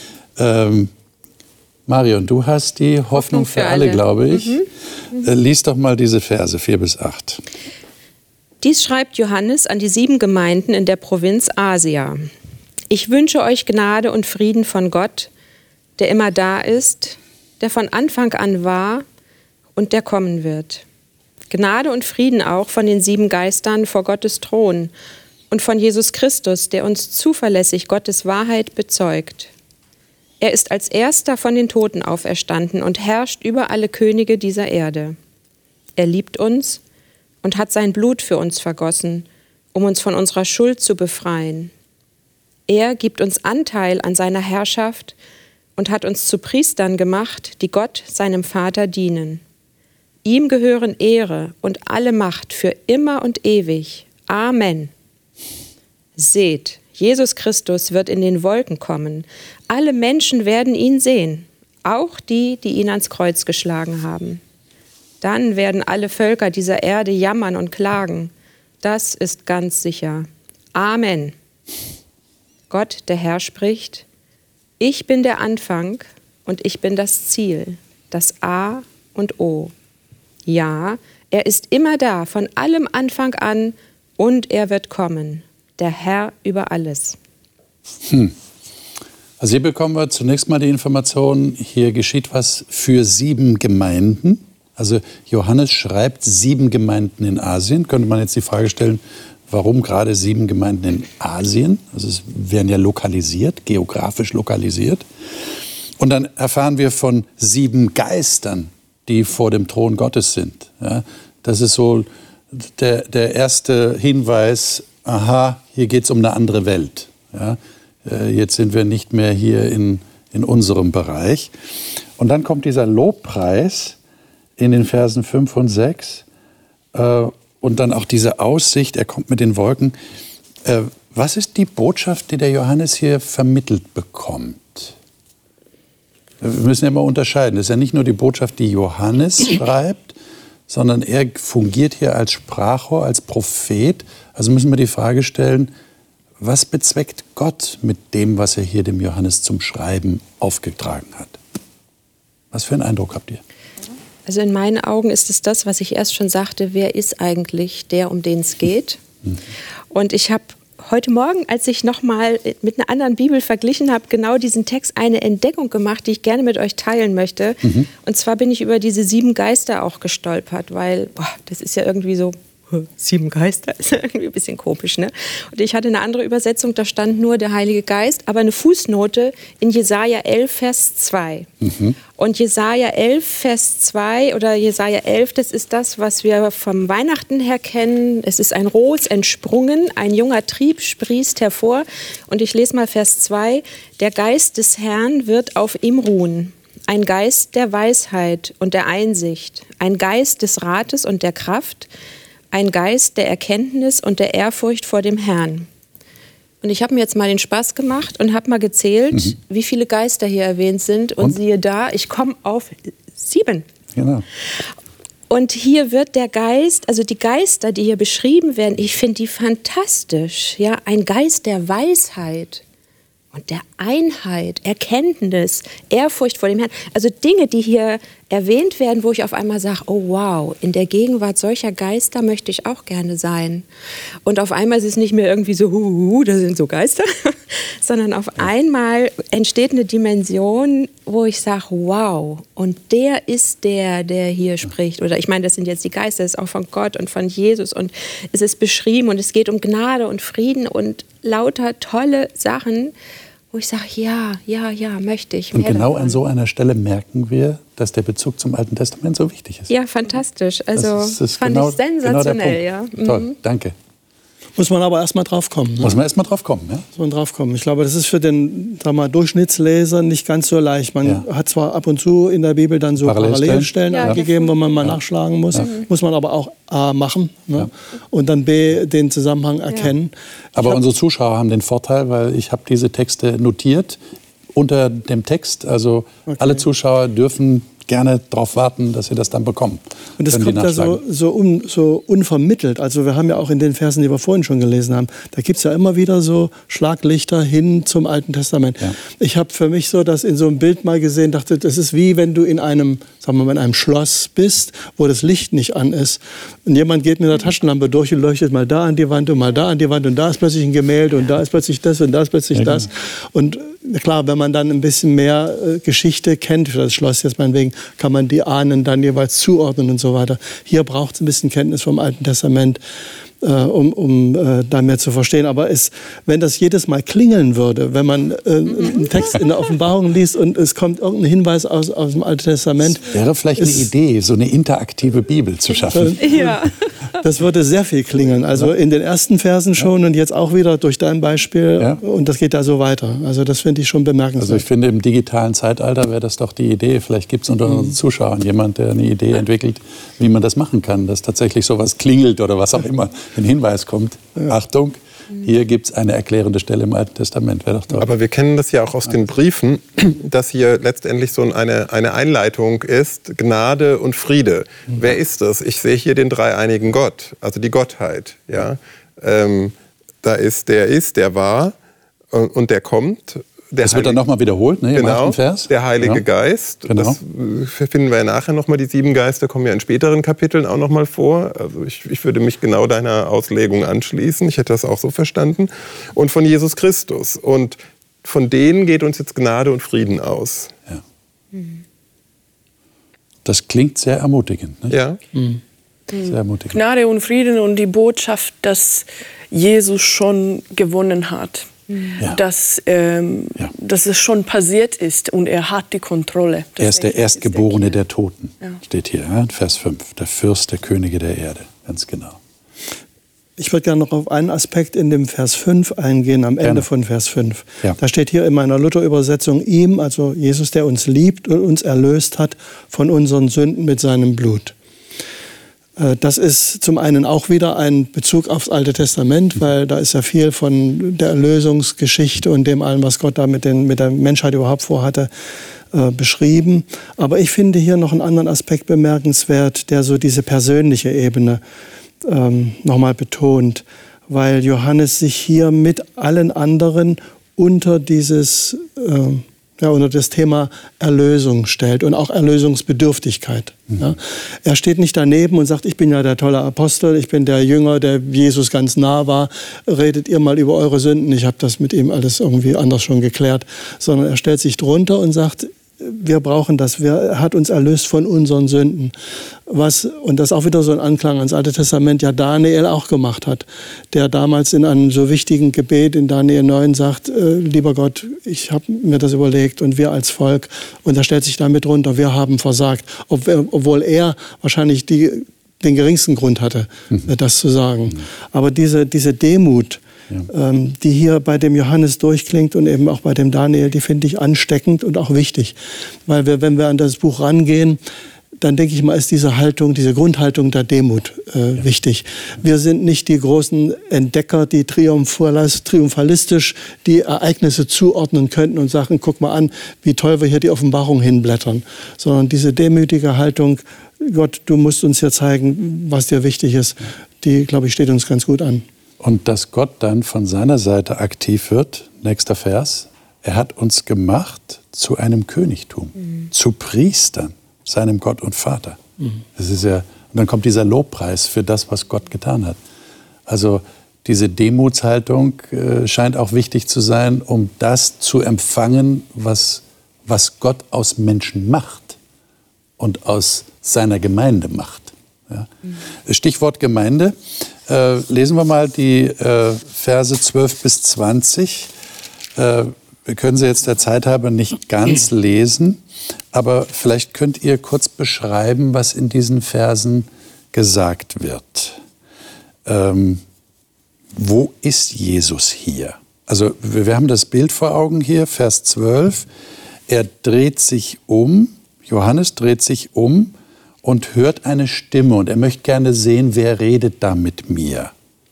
Ähm, Marion, du hast die Hoffnung, Hoffnung für, für alle, alle, glaube ich. Mhm. Mhm. Äh, lies doch mal diese Verse, vier bis acht. Dies schreibt Johannes an die sieben Gemeinden in der Provinz Asia. Ich wünsche euch Gnade und Frieden von Gott, der immer da ist, der von Anfang an war und der kommen wird. Gnade und Frieden auch von den sieben Geistern vor Gottes Thron und von Jesus Christus, der uns zuverlässig Gottes Wahrheit bezeugt. Er ist als Erster von den Toten auferstanden und herrscht über alle Könige dieser Erde. Er liebt uns und hat sein Blut für uns vergossen, um uns von unserer Schuld zu befreien. Er gibt uns Anteil an seiner Herrschaft und hat uns zu Priestern gemacht, die Gott, seinem Vater, dienen. Ihm gehören Ehre und alle Macht für immer und ewig. Amen. Seht, Jesus Christus wird in den Wolken kommen. Alle Menschen werden ihn sehen, auch die, die ihn ans Kreuz geschlagen haben. Dann werden alle Völker dieser Erde jammern und klagen. Das ist ganz sicher. Amen. Gott, der Herr, spricht: Ich bin der Anfang und ich bin das Ziel, das A und O. Ja, er ist immer da, von allem Anfang an, und er wird kommen, der Herr über alles. Hm. Also hier bekommen wir zunächst mal die Information, hier geschieht was für sieben Gemeinden. Also Johannes schreibt sieben Gemeinden in Asien. Könnte man jetzt die Frage stellen, warum gerade sieben Gemeinden in Asien? Also es werden ja lokalisiert, geografisch lokalisiert. Und dann erfahren wir von sieben Geistern, die vor dem Thron Gottes sind. Ja, das ist so der, der erste Hinweis, aha, hier geht es um eine andere Welt. Ja, äh, jetzt sind wir nicht mehr hier in, in unserem Bereich. Und dann kommt dieser Lobpreis in den Versen fünf und sechs. Äh, und dann auch diese Aussicht, er kommt mit den Wolken. Äh, was ist die Botschaft, die der Johannes hier vermittelt bekommt? Wir müssen ja mal unterscheiden. Das ist ja nicht nur die Botschaft, die Johannes schreibt, sondern er fungiert hier als Sprachrohr, als Prophet. Also müssen wir die Frage stellen, was bezweckt Gott mit dem, was er hier dem Johannes zum Schreiben aufgetragen hat? Was für einen Eindruck habt ihr? Also in meinen Augen ist es das, was ich erst schon sagte, wer ist eigentlich der, um den es geht? Mhm. Und ich habe heute Morgen, als ich nochmal mit einer anderen Bibel verglichen habe, genau diesen Text eine Entdeckung gemacht, die ich gerne mit euch teilen möchte. Mhm. Und zwar bin ich über diese sieben Geister auch gestolpert, weil boah, das ist ja irgendwie so, sieben Geister, ist ja irgendwie ein bisschen komisch, ne? Und ich hatte eine andere Übersetzung, da stand nur der Heilige Geist, aber eine Fußnote in Jesaja elf, Vers zwei. Mhm. Und Jesaja elf, Vers zwei oder Jesaja elf, das ist das, was wir vom Weihnachten her kennen. Es ist ein Ros entsprungen, ein junger Trieb sprießt hervor. Und ich lese mal Vers zwei. Der Geist des Herrn wird auf ihm ruhen. Ein Geist der Weisheit und der Einsicht. Ein Geist des Rates und der Kraft. Ein Geist der Erkenntnis und der Ehrfurcht vor dem Herrn. Und ich habe mir jetzt mal den Spaß gemacht und habe mal gezählt, mhm. wie viele Geister hier erwähnt sind. Und, und? siehe da, ich komme auf sieben. Genau. Und hier wird der Geist, also die Geister, die hier beschrieben werden, ich finde die fantastisch. Ja, ein Geist der Weisheit und der Einheit, Erkenntnis, Ehrfurcht vor dem Herrn. Also Dinge, die hier erwähnt werden, wo ich auf einmal sage, oh wow, in der Gegenwart solcher Geister möchte ich auch gerne sein. Und auf einmal ist es nicht mehr irgendwie so, huhuhu, das sind so Geister, sondern auf einmal entsteht eine Dimension, wo ich sage, wow, und der ist der, der hier spricht. Oder ich meine, das sind jetzt die Geister, das ist auch von Gott und von Jesus und es ist beschrieben und es geht um Gnade und Frieden und lauter tolle Sachen, wo ich sage, ja, ja, ja, möchte ich. Und genau davon. An so einer Stelle merken wir, dass der Bezug zum Alten Testament so wichtig ist. Ja, fantastisch. Also das ist, das ist fand genau, ich sensationell. Genau ja. Toll, mhm. danke. Muss man aber erst mal drauf kommen. Ne? Muss man erst mal drauf kommen, ja? Muss man drauf kommen. Ich glaube, das ist für den sag mal, Durchschnittsleser nicht ganz so leicht. Man ja. hat zwar ab und zu in der Bibel dann so Parallelstellen ja, angegeben, wo man mal ja. nachschlagen muss. Ja. Muss man aber auch A machen ne? ja. und dann B den Zusammenhang erkennen. Ja. Aber unsere Zuschauer haben den Vorteil, weil ich habe diese Texte notiert unter dem Text. Also okay. alle Zuschauer dürfen gerne darauf warten, dass sie das dann bekommen. Und das kommt ja so, so, un, so unvermittelt. Also wir haben ja auch in den Versen, die wir vorhin schon gelesen haben, da gibt es ja immer wieder so Schlaglichter hin zum Alten Testament. Ja. Ich habe für mich so das in so einem Bild mal gesehen, dachte, das ist wie wenn du in einem, sagen wir mal, in einem Schloss bist, wo das Licht nicht an ist. Und jemand geht mit einer Taschenlampe durch und leuchtet mal da an die Wand und mal da an die Wand und da ist plötzlich ein Gemälde und da ist plötzlich das und da ist plötzlich ja, das. Und klar, wenn man dann ein bisschen mehr äh, Geschichte kennt für das Schloss, jetzt meinetwegen, kann man die Ahnen dann jeweils zuordnen und so weiter. Hier braucht es ein bisschen Kenntnis vom Alten Testament, äh, um, um äh, da mehr zu verstehen. Aber es, wenn das jedes Mal klingeln würde, wenn man äh, einen Text in der Offenbarung liest und es kommt irgendein Hinweis aus, aus dem Alten Testament. Das wäre vielleicht eine Idee, so eine interaktive Bibel zu schaffen. Äh, ja. Das würde sehr viel klingeln. Also in den ersten Versen schon ja. und jetzt auch wieder durch dein Beispiel. Ja. Und das geht da so weiter. Also das finde ich schon bemerkenswert. Also ich finde, im digitalen Zeitalter wäre das doch die Idee. Vielleicht gibt es unter unseren Zuschauern jemand, der eine Idee entwickelt, wie man das machen kann, dass tatsächlich sowas klingelt oder was auch immer, ein Hinweis kommt. Ja. Achtung, hier gibt es eine erklärende Stelle im Alten Testament. Wäre doch toll. Aber wir kennen das ja auch aus den Briefen, dass hier letztendlich so eine, eine Einleitung ist, Gnade und Friede. Mhm. Wer ist das? Ich sehe hier den dreieinigen Gott, also die Gottheit. Ja? Ähm, da ist der ist, der war und, und der kommt. Der das wird dann nochmal wiederholt, ne, im genau, achten Vers. Der Heilige ja. Geist. Genau. Das finden wir ja nachher nochmal. Die sieben Geister kommen ja in späteren Kapiteln auch nochmal vor. Also ich, ich würde mich genau deiner Auslegung anschließen. Ich hätte das auch so verstanden. Und von Jesus Christus. Und von denen geht uns jetzt Gnade und Frieden aus. Ja. Das klingt sehr ermutigend. Nicht? Ja. Mhm. Sehr ermutigend. Gnade und Frieden und die Botschaft, dass Jesus schon gewonnen hat. ja. dass, ähm, ja. dass es schon passiert ist und er hat die Kontrolle. Das er ist der Erstgeborene ist der, der Toten, ja. steht hier, ja, Vers fünf. Der Fürst der Könige der Erde, ganz genau. Ich würde gerne noch auf einen Aspekt in dem Vers fünf eingehen, am Ende gerne. Von Vers fünf. Ja. Da steht hier in meiner Luther-Übersetzung, ihm, also Jesus, der uns liebt und uns erlöst hat von unseren Sünden mit seinem Blut. Das ist zum einen auch wieder ein Bezug aufs Alte Testament, weil da ist ja viel von der Erlösungsgeschichte und dem allem, was Gott da mit, den, mit der Menschheit überhaupt vorhatte, äh, beschrieben. Aber ich finde hier noch einen anderen Aspekt bemerkenswert, der so diese persönliche Ebene ähm, nochmal betont, weil Johannes sich hier mit allen anderen unter dieses äh, ja, unter das Thema Erlösung stellt und auch Erlösungsbedürftigkeit. Mhm. Ja. Er steht nicht daneben und sagt, ich bin ja der tolle Apostel, ich bin der Jünger, der Jesus ganz nah war, redet ihr mal über eure Sünden, ich habe das mit ihm alles irgendwie anders schon geklärt, sondern er stellt sich drunter und sagt, wir brauchen das, er hat uns erlöst von unseren Sünden. Was, und das ist auch wieder so ein Anklang ans Alte Testament, ja Daniel auch gemacht hat, der damals in einem so wichtigen Gebet in Daniel neun sagt, äh, lieber Gott, ich habe mir das überlegt und wir als Volk, und er stellt sich damit runter, wir haben versagt, ob, obwohl er wahrscheinlich die, den geringsten Grund hatte, mhm. das zu sagen. Mhm. Aber diese, diese Demut, Ja. Ähm, die hier bei dem Johannes durchklingt und eben auch bei dem Daniel, die finde ich ansteckend und auch wichtig. Weil wir, wenn wir an das Buch rangehen, dann denke ich mal, ist diese Haltung, diese Grundhaltung der Demut äh, ja. wichtig. Wir sind nicht die großen Entdecker, die triumphalistisch die Ereignisse zuordnen könnten und sagen, guck mal an, wie toll wir hier die Offenbarung hinblättern. Sondern diese demütige Haltung, Gott, du musst uns hier zeigen, was dir wichtig ist, die, glaube ich, steht uns ganz gut an. Und dass Gott dann von seiner Seite aktiv wird, nächster Vers, er hat uns gemacht zu einem Königtum, mhm. zu Priestern, seinem Gott und Vater. Mhm. Das ist ja, und dann kommt dieser Lobpreis für das, was Gott getan hat. Also diese Demutshaltung äh, scheint auch wichtig zu sein, um das zu empfangen, was, was Gott aus Menschen macht und aus seiner Gemeinde macht. Ja. Mhm. Stichwort Gemeinde. Äh, lesen wir mal die äh, Verse zwölf bis zwanzig. Äh, wir können sie jetzt der Zeit halber nicht ganz lesen, aber vielleicht könnt ihr kurz beschreiben, was in diesen Versen gesagt wird. Ähm, wo ist Jesus hier? Also wir, wir haben das Bild vor Augen hier, Vers zwölf. Er dreht sich um, Johannes dreht sich um, und hört eine Stimme und er möchte gerne sehen, wer redet da mit mir.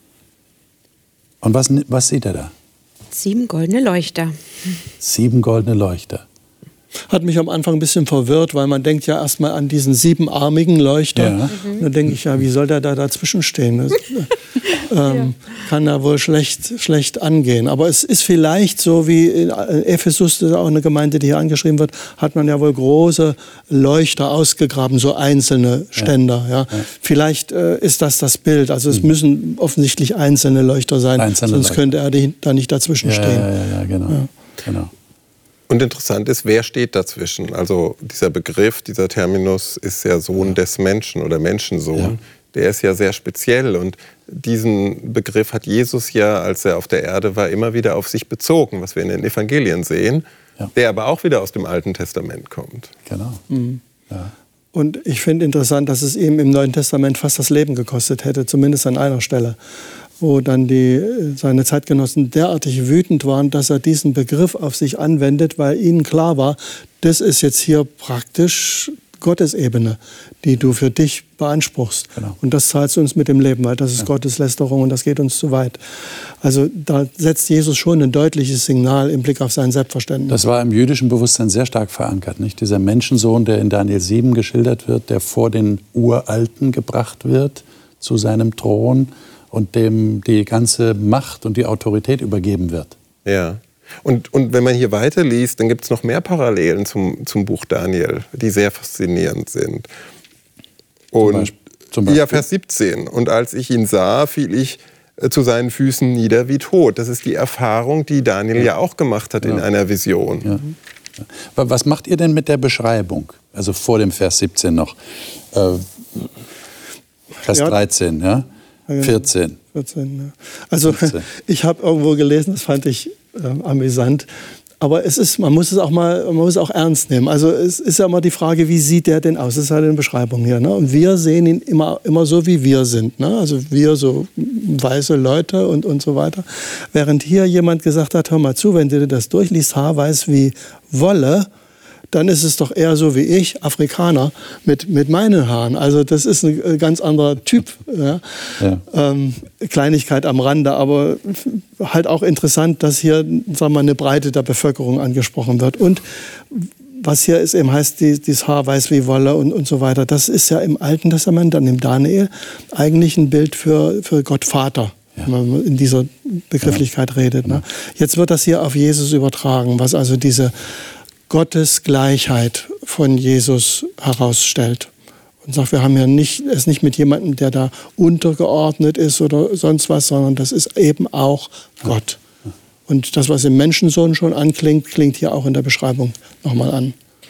Und was, was sieht er da? Sieben goldene Leuchter. Sieben goldene Leuchter. Hat mich am Anfang ein bisschen verwirrt, weil man denkt ja erstmal an diesen siebenarmigen Leuchter. Ja. Und dann denke ich, ja, wie soll der da dazwischen stehen? Das ähm, ja. kann ja wohl schlecht, schlecht angehen. Aber es ist vielleicht so wie in Ephesus, das ist auch eine Gemeinde, die hier angeschrieben wird, hat man ja wohl große Leuchter ausgegraben, so einzelne Ständer. Ja. Ja. Vielleicht äh, ist das das Bild. Also es mhm. müssen offensichtlich einzelne Leuchter sein, einzelne sonst Leuchter. Könnte er die, da nicht dazwischen ja, stehen. Ja, ja, ja, genau. Ja. genau. Und interessant ist, wer steht dazwischen? Also dieser Begriff, dieser Terminus ist ja Sohn des Menschen oder Menschensohn. Ja. Der ist ja sehr speziell und diesen Begriff hat Jesus ja, als er auf der Erde war, immer wieder auf sich bezogen, was wir in den Evangelien sehen, ja. der aber auch wieder aus dem Alten Testament kommt. Genau. Mhm. Ja. Und ich finde interessant, dass es ihm im Neuen Testament fast das Leben gekostet hätte, zumindest an einer Stelle, wo dann die, seine Zeitgenossen derartig wütend waren, dass er diesen Begriff auf sich anwendet, weil ihnen klar war, das ist jetzt hier praktisch Gottesebene, die du für dich beanspruchst. Genau. Und das zahlst du uns mit dem Leben, weil das ist ja. Gotteslästerung und das geht uns zu weit. Also da setzt Jesus schon ein deutliches Signal im Blick auf sein Selbstverständnis. Das war im jüdischen Bewusstsein sehr stark verankert, nicht? Dieser Menschensohn, der in Daniel sieben geschildert wird, der vor den Uralten gebracht wird, zu seinem Thron, und dem die ganze Macht und die Autorität übergeben wird. Ja. Und, und wenn man hier weiterliest, dann gibt es noch mehr Parallelen zum, zum Buch Daniel, die sehr faszinierend sind. Und, zum Beispiel, zum Beispiel? Ja, Vers siebzehn. Und als ich ihn sah, fiel ich äh, zu seinen Füßen nieder wie tot. Das ist die Erfahrung, die Daniel ja, ja auch gemacht hat ja. in einer Vision. Ja. Ja. Was macht ihr denn mit der Beschreibung? Also vor dem Vers siebzehn noch. Äh, Vers ja. dreizehn, ja? vierzehn. vierzehn ja. Also vierzehn. Ich habe irgendwo gelesen, das fand ich äh, amüsant. Aber es ist, man muss es auch mal, man muss es auch ernst nehmen. Also es ist ja immer die Frage, wie sieht der denn aus? Das ist halt eine Beschreibung hier. Ne? Und wir sehen ihn immer, immer so, wie wir sind. Ne? Also wir so weiße Leute und, und so weiter. Während hier jemand gesagt hat, hör mal zu, wenn du dir das durchliest, Haar weiß wie Wolle, dann ist es doch eher so wie ich, Afrikaner, mit, mit meinen Haaren. Also das ist ein ganz anderer Typ. Ja? Ja. Ähm, Kleinigkeit am Rande, aber halt auch interessant, dass hier, sagen wir mal, eine Breite der Bevölkerung angesprochen wird. Und was hier ist, eben heißt, die, dieses Haar weiß wie Wolle und, und so weiter, das ist ja im Alten Testament, dann im Daniel, eigentlich ein Bild für, für Gott Vater. Ja. Wenn man in dieser Begrifflichkeit ja. redet. Ne? Jetzt wird das hier auf Jesus übertragen, was also diese Gottes Gleichheit von Jesus herausstellt. Und sagt, wir haben ja nicht, es nicht mit jemandem, der da untergeordnet ist oder sonst was, sondern das ist eben auch Gott. Und das, was im Menschensohn schon anklingt, klingt hier auch in der Beschreibung nochmal an.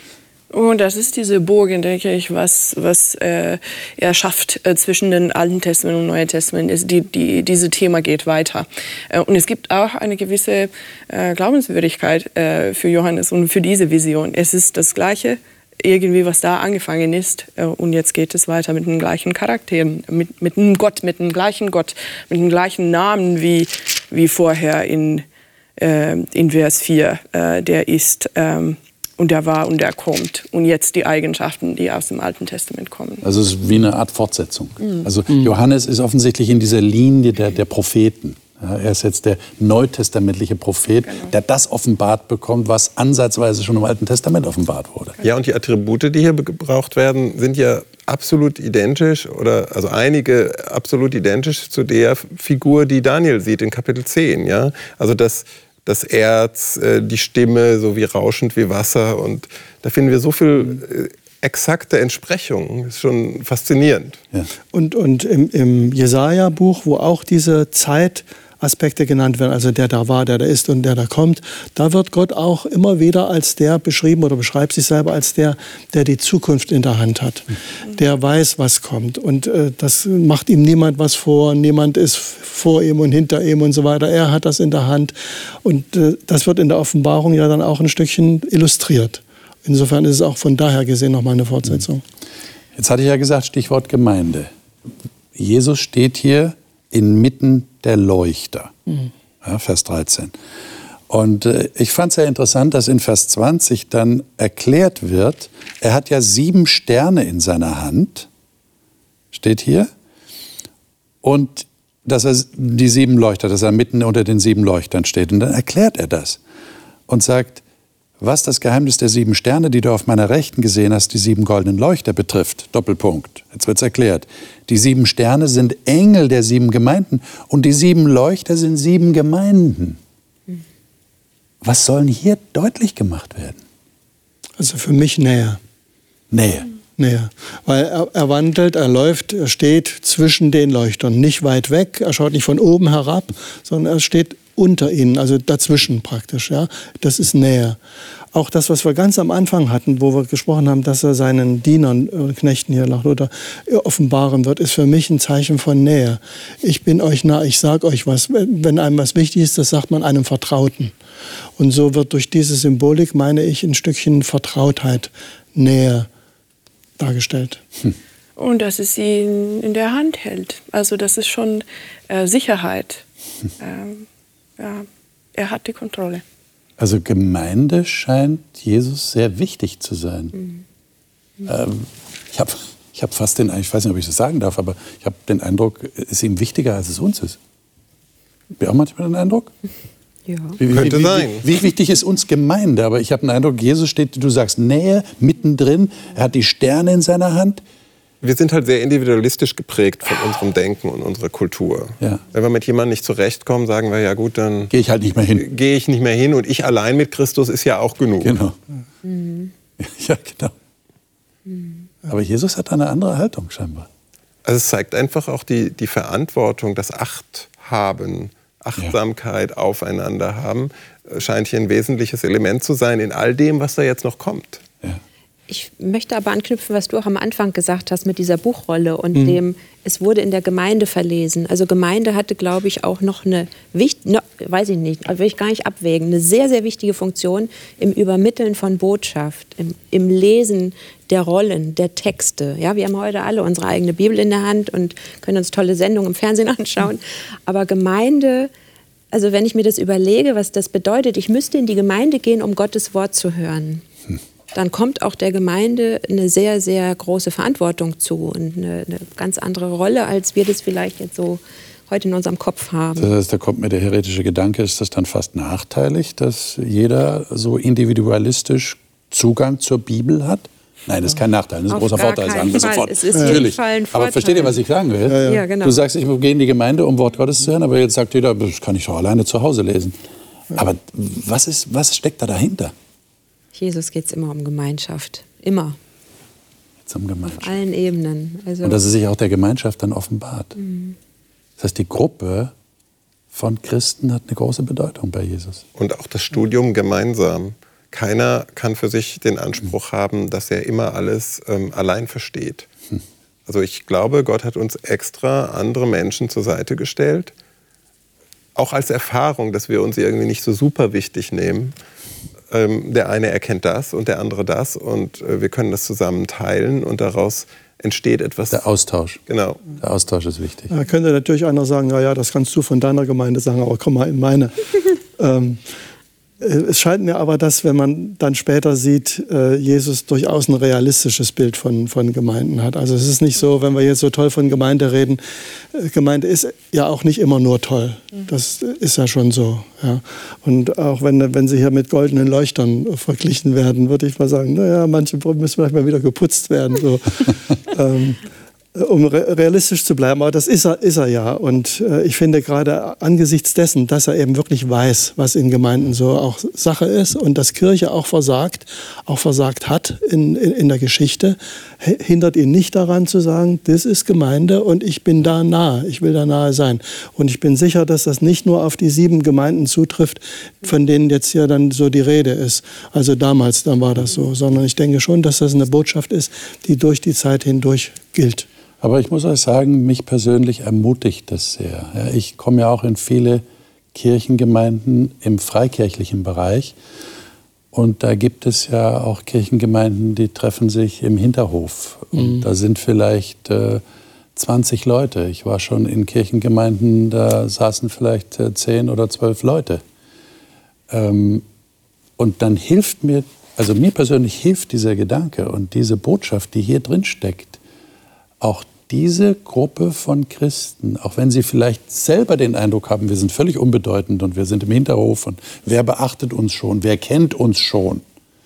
Und das ist diese Bogen, denke ich, was, was äh, er schafft äh, zwischen dem Alten Testament und Neuen Testament. Ist die, die, dieses Thema geht weiter. Äh, und es gibt auch eine gewisse äh, Glaubenswürdigkeit äh, für Johannes und für diese Vision. Es ist das Gleiche, irgendwie, was da angefangen ist. Äh, und jetzt geht es weiter mit den gleichen Charakteren, mit, mit einem Gott, mit dem gleichen Gott, mit dem gleichen Namen wie, wie vorher in, äh, in Vers vier. Äh, der ist... Ähm, Und der war und der kommt. Und jetzt die Eigenschaften, die aus dem Alten Testament kommen. Also es ist wie eine Art Fortsetzung. Mhm. Also Johannes ist offensichtlich in dieser Linie der, der Propheten. Ja, er ist jetzt der neutestamentliche Prophet, genau. der das offenbart bekommt, was ansatzweise schon im Alten Testament offenbart wurde. Ja, und die Attribute, die hier gebraucht werden, sind ja absolut identisch, oder also einige absolut identisch zu der Figur, die Daniel sieht in Kapitel zehn. Ja? Also das... das Erz, die Stimme, so wie rauschend wie Wasser. Und da finden wir so viel exakte Entsprechungen. Das ist schon faszinierend. Ja. Und, und im, im Jesaja-Buch, wo auch diese Zeitaspekte genannt werden, also der da war, der da ist und der da kommt, da wird Gott auch immer wieder als der beschrieben oder beschreibt sich selber als der, der die Zukunft in der Hand hat. Mhm. Der weiß, was kommt. Und äh, das macht ihm niemand was vor, niemand ist vor ihm und hinter ihm und so weiter. Er hat das in der Hand. Und äh, das wird in der Offenbarung ja dann auch ein Stückchen illustriert. Insofern ist es auch von daher gesehen nochmal eine Fortsetzung. Jetzt hatte ich ja gesagt, Stichwort Gemeinde. Jesus steht hier inmitten der Leuchter. Mhm. Ja, Vers dreizehn. Und äh, ich fand es sehr interessant, dass in Vers zwanzig dann erklärt wird, er hat ja sieben Sterne in seiner Hand, steht hier, und dass er die sieben Leuchter, dass er mitten unter den sieben Leuchtern steht. Und dann erklärt er das und sagt, was das Geheimnis der sieben Sterne, die du auf meiner Rechten gesehen hast, die sieben goldenen Leuchter betrifft. Doppelpunkt. Jetzt wird's erklärt. Die sieben Sterne sind Engel der sieben Gemeinden und die sieben Leuchter sind sieben Gemeinden. Was soll hier deutlich gemacht werden? Also für mich näher. Näher. Näher. Weil er, er wandelt, er läuft, er steht zwischen den Leuchtern. Nicht weit weg, er schaut nicht von oben herab, sondern er steht unter ihnen, also dazwischen praktisch. Ja? Das ist Nähe. Auch das, was wir ganz am Anfang hatten, wo wir gesprochen haben, dass er seinen Dienern, äh, Knechten hier nach Luther, offenbaren wird, ist für mich ein Zeichen von Nähe. Ich bin euch nah, ich sage euch was. Wenn einem was wichtig ist, das sagt man einem Vertrauten. Und so wird durch diese Symbolik, meine ich, ein Stückchen Vertrautheit, Nähe dargestellt. Hm. Und dass es ihn in der Hand hält. Also das ist schon äh, Sicherheit. Hm. Ähm, ja, er hat die Kontrolle. Also Gemeinde scheint Jesus sehr wichtig zu sein. Mhm. Ähm, ich habe ich hab fast den, ich weiß nicht, ob ich das sagen darf, aber ich habe den Eindruck, es ist ihm wichtiger, als es uns ist. Habt ihr auch manchmal den Eindruck? Ja. Wie, Könnte wie, sein. Wie, wie wichtig ist uns Gemeinde? Aber ich habe den Eindruck, Jesus steht, du sagst, Nähe, mittendrin. Er hat die Sterne in seiner Hand. Wir sind halt sehr individualistisch geprägt von unserem Denken und unserer Kultur. Ja. Wenn wir mit jemandem nicht zurechtkommen, sagen wir, ja gut, dann gehe ich halt nicht mehr hin. Gehe ich nicht mehr hin und ich allein mit Christus ist ja auch genug. Genau. Mhm. Ja, genau. Mhm. Aber Jesus hat eine andere Haltung scheinbar. Also es zeigt einfach auch die, die Verantwortung, das Acht haben, Achtsamkeit, ja. aufeinander haben, scheint hier ein wesentliches Element zu sein in all dem, was da jetzt noch kommt. Ja. Ich möchte aber anknüpfen, was du auch am Anfang gesagt hast mit dieser Buchrolle und mhm. dem, es wurde in der Gemeinde verlesen. Also Gemeinde hatte, glaube ich, auch noch eine, wichtig, no, weiß ich nicht, will ich gar nicht abwägen, eine sehr, sehr wichtige Funktion im Übermitteln von Botschaft, im, im Lesen der Rollen, der Texte. Ja, wir haben heute alle unsere eigene Bibel in der Hand und können uns tolle Sendungen im Fernsehen anschauen. Aber Gemeinde, also wenn ich mir das überlege, was das bedeutet, ich müsste in die Gemeinde gehen, um Gottes Wort zu hören. Hm. Dann kommt auch der Gemeinde eine sehr, sehr große Verantwortung zu und eine, eine ganz andere Rolle, als wir das vielleicht jetzt so heute in unserem Kopf haben. Das heißt, da kommt mir der heretische Gedanke, ist das dann fast nachteilig, dass jeder so individualistisch Zugang zur Bibel hat? Nein, das ist kein Nachteil, das ist ein großer Vorteil, sagen wir sofort. Es ist Natürlich. Fall ein Vorteil. Aber versteht ihr, was ich sagen will? Ja, ja. Ja, genau. Du sagst, ich gehe in die Gemeinde, um Wort Gottes zu hören, aber jetzt sagt jeder, das kann ich doch alleine zu Hause lesen. Aber was, ist, was steckt da dahinter? Jesus geht es immer um Gemeinschaft. Immer. Jetzt um Gemeinschaft. Auf allen Ebenen. Also Und dass es sich auch der Gemeinschaft dann offenbart. Mhm. Das heißt, die Gruppe von Christen hat eine große Bedeutung bei Jesus. Und auch das Studium gemeinsam. Keiner kann für sich den Anspruch haben, dass er immer alles ähm, allein versteht. Hm. Also ich glaube, Gott hat uns extra andere Menschen zur Seite gestellt. Auch als Erfahrung, dass wir uns irgendwie nicht so super wichtig nehmen. Ähm, der eine erkennt das und der andere das. Und äh, wir können das zusammen teilen und daraus entsteht etwas. Der Austausch. Genau. Der Austausch ist wichtig. Da könnte natürlich einer sagen, na ja, das kannst du von deiner Gemeinde sagen, aber komm mal in meine. ähm, Es scheint mir aber, dass, wenn man dann später sieht, Jesus durchaus ein realistisches Bild von, von Gemeinden hat. Also es ist nicht so, wenn wir jetzt so toll von Gemeinde reden, Gemeinde ist ja auch nicht immer nur toll. Das ist ja schon so. Ja. Und auch wenn, wenn sie hier mit goldenen Leuchtern verglichen werden, würde ich mal sagen, naja, manche müssen vielleicht mal wieder geputzt werden. So. ähm, um realistisch zu bleiben, aber das ist er, ist er ja. Und äh, ich finde gerade angesichts dessen, dass er eben wirklich weiß, was in Gemeinden so auch Sache ist und dass Kirche auch versagt, auch versagt hat in, in, in der Geschichte, hindert ihn nicht daran zu sagen, das ist Gemeinde und ich bin da nahe, ich will da nahe sein. Und ich bin sicher, dass das nicht nur auf die sieben Gemeinden zutrifft, von denen jetzt hier dann so die Rede ist. Also damals, dann war das so. Sondern ich denke schon, dass das eine Botschaft ist, die durch die Zeit hindurch gilt. Aber ich muss euch sagen, mich persönlich ermutigt das sehr. Ja, ich komme ja auch in viele Kirchengemeinden im freikirchlichen Bereich. Und da gibt es ja auch Kirchengemeinden, die treffen sich im Hinterhof. Und mhm. da sind vielleicht äh, zwanzig Leute. Ich war schon in Kirchengemeinden, da saßen vielleicht äh, zehn oder zwölf Leute. Ähm, und dann hilft mir, also mir persönlich hilft dieser Gedanke und diese Botschaft, die hier drin steckt, auch diese Gruppe von Christen, auch wenn sie vielleicht selber den Eindruck haben, wir sind völlig unbedeutend und wir sind im Hinterhof und wer beachtet uns schon, wer kennt uns schon.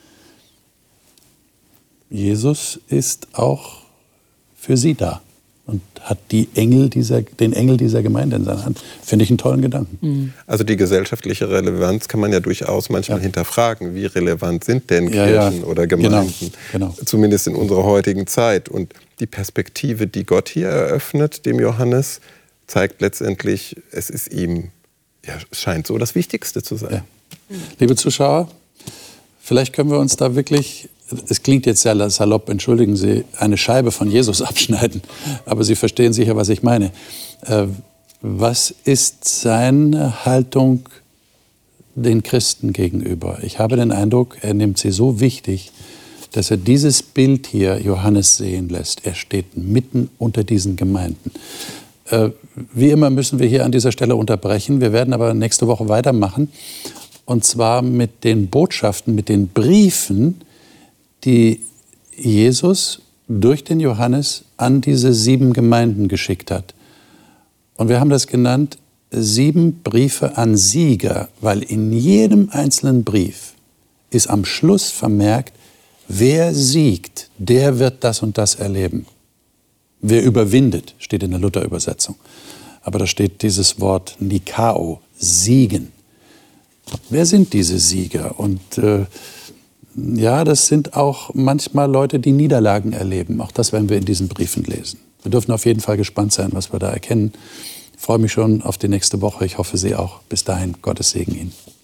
Jesus ist auch für sie da und hat die Engel dieser, den Engel dieser Gemeinde in seiner Hand. Finde ich einen tollen Gedanken. Also die gesellschaftliche Relevanz kann man ja durchaus manchmal ja. hinterfragen. Wie relevant sind denn ja, Kirchen ja. oder Gemeinden? Genau, genau. Zumindest in unserer heutigen Zeit. Und die Perspektive, die Gott hier eröffnet, dem Johannes, zeigt letztendlich, es ist ihm, ja, scheint so das Wichtigste zu sein. Ja. Liebe Zuschauer, vielleicht können wir uns da wirklich, es klingt jetzt sehr salopp, entschuldigen Sie, eine Scheibe von Jesus abschneiden. Aber Sie verstehen sicher, was ich meine. Äh, was ist seine Haltung den Christen gegenüber? Ich habe den Eindruck, er nimmt sie so wichtig, dass er dieses Bild hier Johannes sehen lässt. Er steht mitten unter diesen Gemeinden. Äh, wie immer müssen wir hier an dieser Stelle unterbrechen. Wir werden aber nächste Woche weitermachen. Und zwar mit den Botschaften, mit den Briefen, die Jesus durch den Johannes an diese sieben Gemeinden geschickt hat. Und wir haben das genannt, sieben Briefe an Sieger, weil in jedem einzelnen Brief ist am Schluss vermerkt, wer siegt, der wird das und das erleben. Wer überwindet, steht in der Luther-Übersetzung. Aber da steht dieses Wort Nikao, siegen. Wer sind diese Sieger? Und äh, ja, das sind auch manchmal Leute, die Niederlagen erleben. Auch das werden wir in diesen Briefen lesen. Wir dürfen auf jeden Fall gespannt sein, was wir da erkennen. Ich freue mich schon auf die nächste Woche. Ich hoffe, Sie auch. Bis dahin, Gottes Segen Ihnen.